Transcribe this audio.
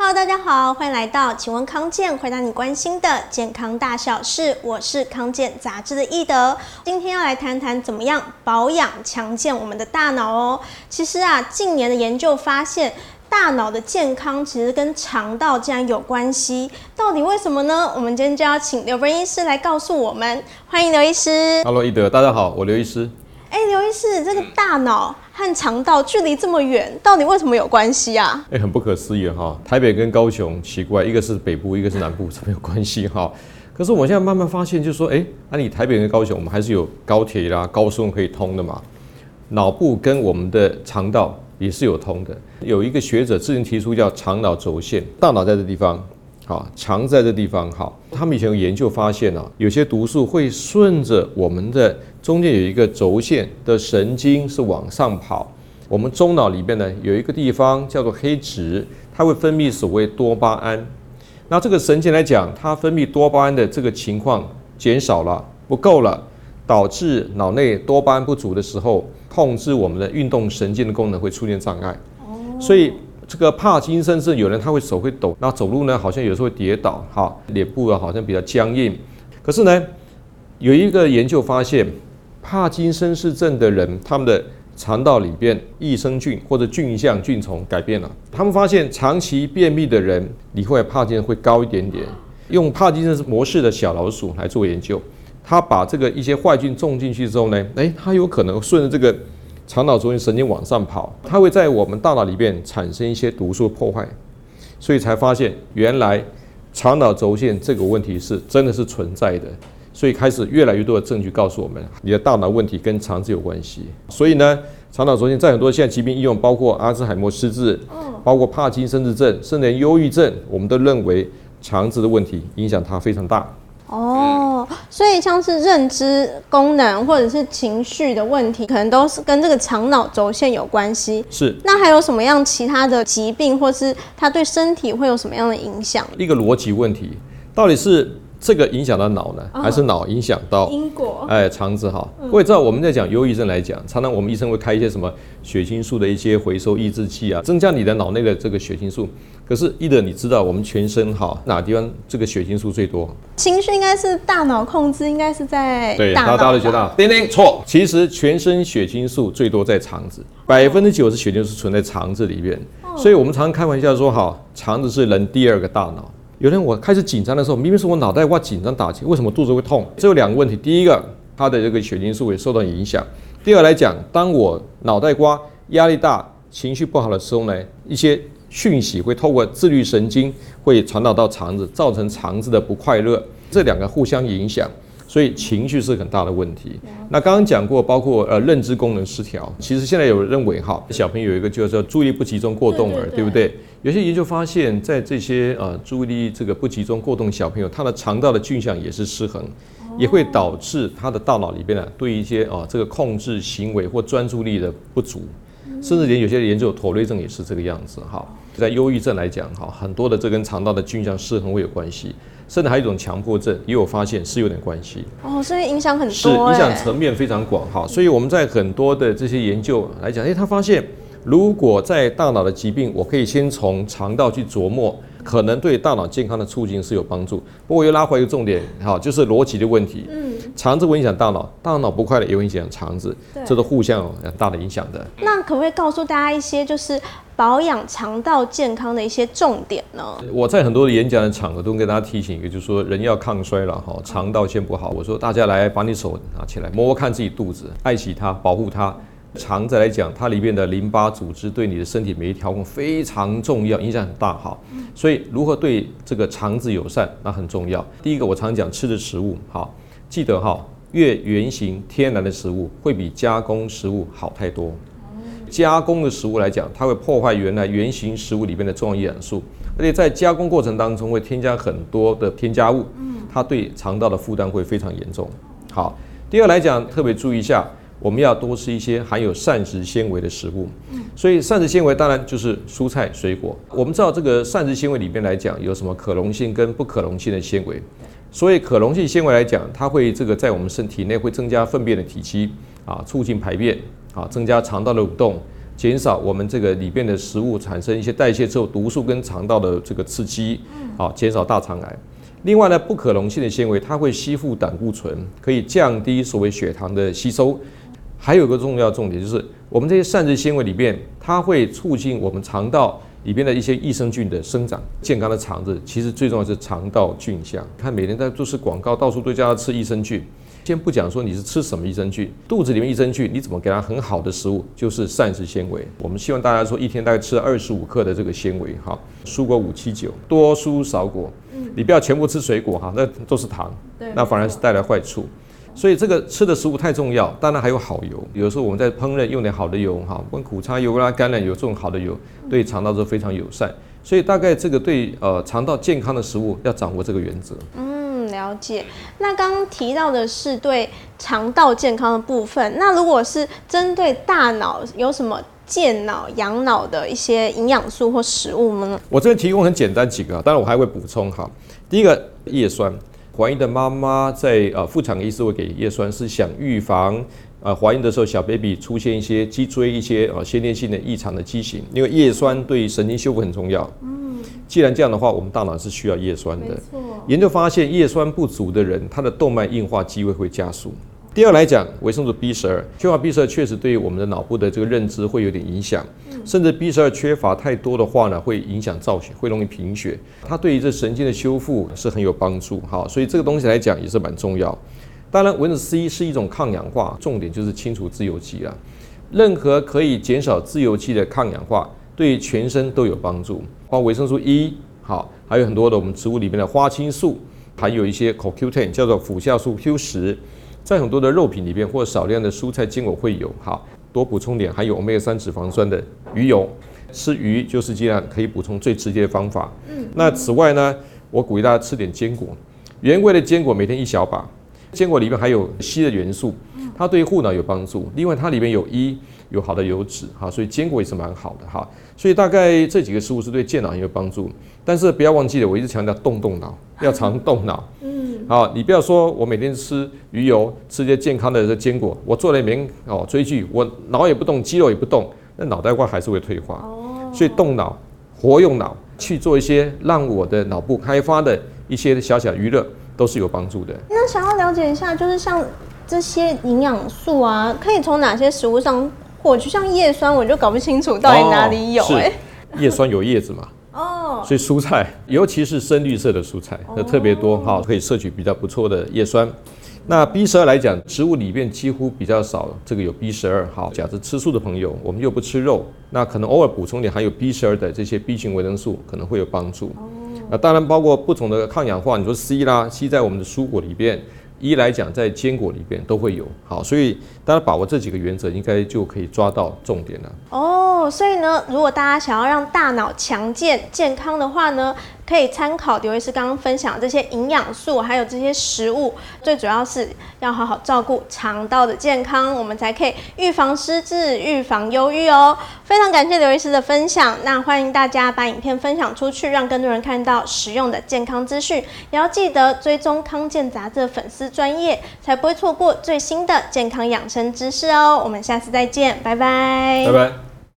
Hello， 大家好，欢迎来到请问康健，回答你关心的健康大小事。我是康健杂志的易德，今天要来谈谈怎么样保养强健我们的大脑哦。其实啊，近年的研究发现，大脑的健康其实跟肠道竟然有关系，到底为什么呢？我们今天就要请刘文医师来告诉我们。欢迎刘医师。 Hello， 易德，大家好，我刘医师。 刘医师，这个大脑和肠道距离这么远，到底为什么有关系啊？ 很不可思议哈！台北跟高雄奇怪，一个是北部，一个是南部，怎么有关系哈？可是我现在慢慢发现，就是说，你台北跟高雄，我们还是有高铁啦、高速可以通的嘛。脑部跟我们的肠道也是有通的。有一个学者之前提出叫肠脑轴线，大脑在这地方。好，肠在这地方好，他们以前有研究发现有些毒素会顺着我们的中间有一个轴线的神经是往上跑。我们中脑里面呢有一个地方叫做黑质，它会分泌所谓多巴胺。那这个神经来讲，它分泌多巴胺的这个情况减少了，不够了，导致脑内多巴胺不足的时候，控制我们的运动神经的功能会出现障碍。所以这个帕金森症，有人他会手会抖，然后走路呢好像有时候会跌倒，脸部好像比较僵硬。可是呢，有一个研究发现，帕金森氏症的人，他们的肠道里边益生菌或者菌相菌丛改变了。他们发现长期便秘的人，罹患帕金森会高一点点。用帕金森模式的小老鼠来做研究，他把这个一些坏菌种进去之后呢，它有可能顺着这个肠脑轴线神经往上跑，它会在我们大脑里面产生一些毒素破坏，所以才发现原来肠脑轴线这个问题是真的是存在的。所以开始越来越多的证据告诉我们，你的大脑问题跟肠子有关系。所以呢，肠脑轴线在很多现在疾病应用，包括阿兹海默失智，包括帕金森氏症，甚至忧郁症，我们都认为肠子的问题影响它非常大。 所以像是认知功能或者是情绪的问题，可能都是跟这个肠脑轴线有关系。 是。 那还有什么样其他的疾病，或是它对身体会有什么样的影响？ 一个逻辑问题，到底是这个影响到脑呢，还是脑影响到因果？ 肠子哈。各位知道我们在讲忧郁症来讲，常常我们医生会开一些什么血清素的一些回收抑制剂啊，增加你的脑内的这个血清素。可是伊德，你知道我们全身哪地方这个血清素最多？ 情绪应该是大脑控制，应该是在大脑。 对，大家都觉得叮叮错。其实全身血清素最多在肠子，90%血清素存在肠子里面。所以我们常常开玩笑说，肠子是人第二个大脑。有天我开始紧张的时候，明明是我脑袋哇紧张打结，为什么肚子会痛？这有两个问题，第一个，它的这个血清素也受到影响；第二来讲，当我脑袋瓜压力大、情绪不好的时候呢，一些讯息会透过自律神经会传导到肠子，造成肠子的不快乐，这两个互相影响，所以情绪是很大的问题。那刚刚讲过，包括认知功能失调，其实现在有人认为小朋友有一个就叫注意力不集中过动儿，对不对？有些研究发现，在这些注意力这个不集中过动小朋友，他的肠道的菌相也是失衡，也会导致他的大脑里边对一些这个控制行为或专注力的不足。甚至连有些研究妥瑞症也是这个样子在忧郁症来讲很多的这跟肠道的菌相失衡会有关系，甚至还有一种强迫症也有发现是有点关系所以影响很多， 是影响层面非常广所以我们在很多的这些研究来讲，他发现如果在大脑的疾病，我可以先从肠道去琢磨，可能对大脑健康的促进是有帮助。不过又拉回一个重点就是逻辑的问题。肠子会影响大脑，大脑不快乐也会影响肠子，这都互相有很大的影响的。 那可不可以告诉大家一些就是保养肠道健康的一些重点呢？ 我在很多的演讲的场合都跟大家提醒一个，就是说人要抗衰了肠道先不好。我说大家来把你手拿起来，摸摸看自己肚子，爱惜它，保护它。肠子来讲，它里面的淋巴组织对你的身体免疫调控非常重要，影响很大所以如何对这个肠子友善，那很重要。第一个，我常讲吃的食物记得越原形天然的食物会比加工食物好太多。加工的食物来讲，它会破坏原来原形食物里面的重要营养素，而且在加工过程当中会添加很多的添加物，它对肠道的负担会非常严重。第二来讲，特别注意一下，我们要多吃一些含有膳食纤维的食物。所以膳食纤维当然就是蔬菜水果。我们知道这个膳食纤维里面来讲有什么可溶性跟不可溶性的纤维。所以可溶性纤维来讲，它会这个在我们身体内会增加粪便的体积促进排便增加肠道的蠕动， 减少我们这个里边的食物产生一些代谢之后毒素跟肠道的这个刺激，好，减少大肠癌。另外呢，不可溶性的纤维它会吸附胆固醇，可以降低所谓血糖的吸收。还有一个重要重点就是，我们这些膳食纤维里面，它会促进我们肠道里边的一些益生菌的生长。健康的肠子其实最重要的是肠道菌相。看每天在都是广告，到处都叫他吃益生菌。先不讲说你是吃什么益生菌，肚子里面益生菌你怎么给它很好的食物，就是膳食纤维。我们希望大家说一天大概吃25克的这个纤维，哈，蔬果579，多蔬少果。你不要全部吃水果哈，那都是糖，那反而是带来坏处。所以这个吃的食物太重要，当然还有好油。有时候我们在烹饪用点好的油哈，跟苦茶油啦、橄榄油这种好的油，对肠道都非常友善。所以大概这个对肠道健康的食物要掌握这个原则。 了解。那刚刚提到的是对肠道健康的部分，那如果是针对大脑，有什么健脑、养脑的一些营养素或食物呢？ 我这边提供很简单几个，当然我还会补充哈。第一个叶酸，怀孕的妈妈在妇产科医师会给叶酸，是想预防怀孕的时候小 baby 出现一些脊椎一些先天性的异常的畸形，因为叶酸对神经修复很重要。既然这样的话，我们大脑是需要叶酸的。研究发现，叶酸不足的人，他的动脉硬化机会会加速。第二来讲，维生素 B12， 缺乏 B12确实对于我们的脑部的这个认知会有点影响，甚至 B12 缺乏太多的话呢，会影响造血，会容易贫血。它对于这神经的修复是很有帮助。好，所以这个东西来讲也是蛮重要。当然，维生素 C 是一种抗氧化，重点就是清除自由基啦。任何可以减少自由基的抗氧化，对全身都有帮助，包括维生素 E， 好，还有很多的我们植物里面的花青素，还有一些 CoQ10 叫做辅酵素 Q10， 在很多的肉品里面或少量的蔬菜坚果会有，好，多补充点，还有 Omega-3 脂肪酸的鱼油，吃鱼就是这样可以补充最直接的方法。那此外呢，我鼓励大家吃点坚果，原味的坚果每天1小把，坚果里面还有硒的元素，它对护脑有帮助，另外它里面有铱，有好的油脂，好，所以坚果也是蛮好的哈。所以大概这几个食物是对健脑很有帮助，但是不要忘记了，我一直强调动脑，要常动脑。好，你不要说我每天吃鱼油，吃些健康的坚果，我做了一年追剧，我脑也不动，肌肉也不动，那脑袋瓜还是会退化。所以动脑，活用脑，去做一些让我的脑部开发的一些小小娱乐，都是有帮助的。 那想要了解一下，就是像这些营养素啊，可以从哪些食物上获取？像叶酸，我就搞不清楚到底哪里有。 叶酸有叶子嘛？所以蔬菜，尤其是深绿色的蔬菜，那特别多哈，可以摄取比较不错的叶酸。那 B12 来讲，植物里面几乎比较少，这个有 B12。好，假设吃素的朋友，我们又不吃肉，那可能偶尔补充点含有 B12 的这些 B 群维生素，可能会有帮助。那当然包括不同的抗氧化，你说 C 啦 ，C 在我们的蔬果里边，E 来讲在坚果里边都会有。好，所以大家把握这几个原则，应该就可以抓到重点了。 所以呢，如果大家想要让大脑强健健康的话呢，可以参考刘医师刚刚分享的这些营养素，还有这些食物，最主要是要好好照顾肠道的健康，我们才可以预防失智、预防忧郁哦。非常感谢刘医师的分享，那欢迎大家把影片分享出去，让更多人看到实用的健康资讯，也要记得追踪康健杂志的粉丝专页，才不会错过最新的健康养生知识哦。我们下次再见，拜拜。 拜拜。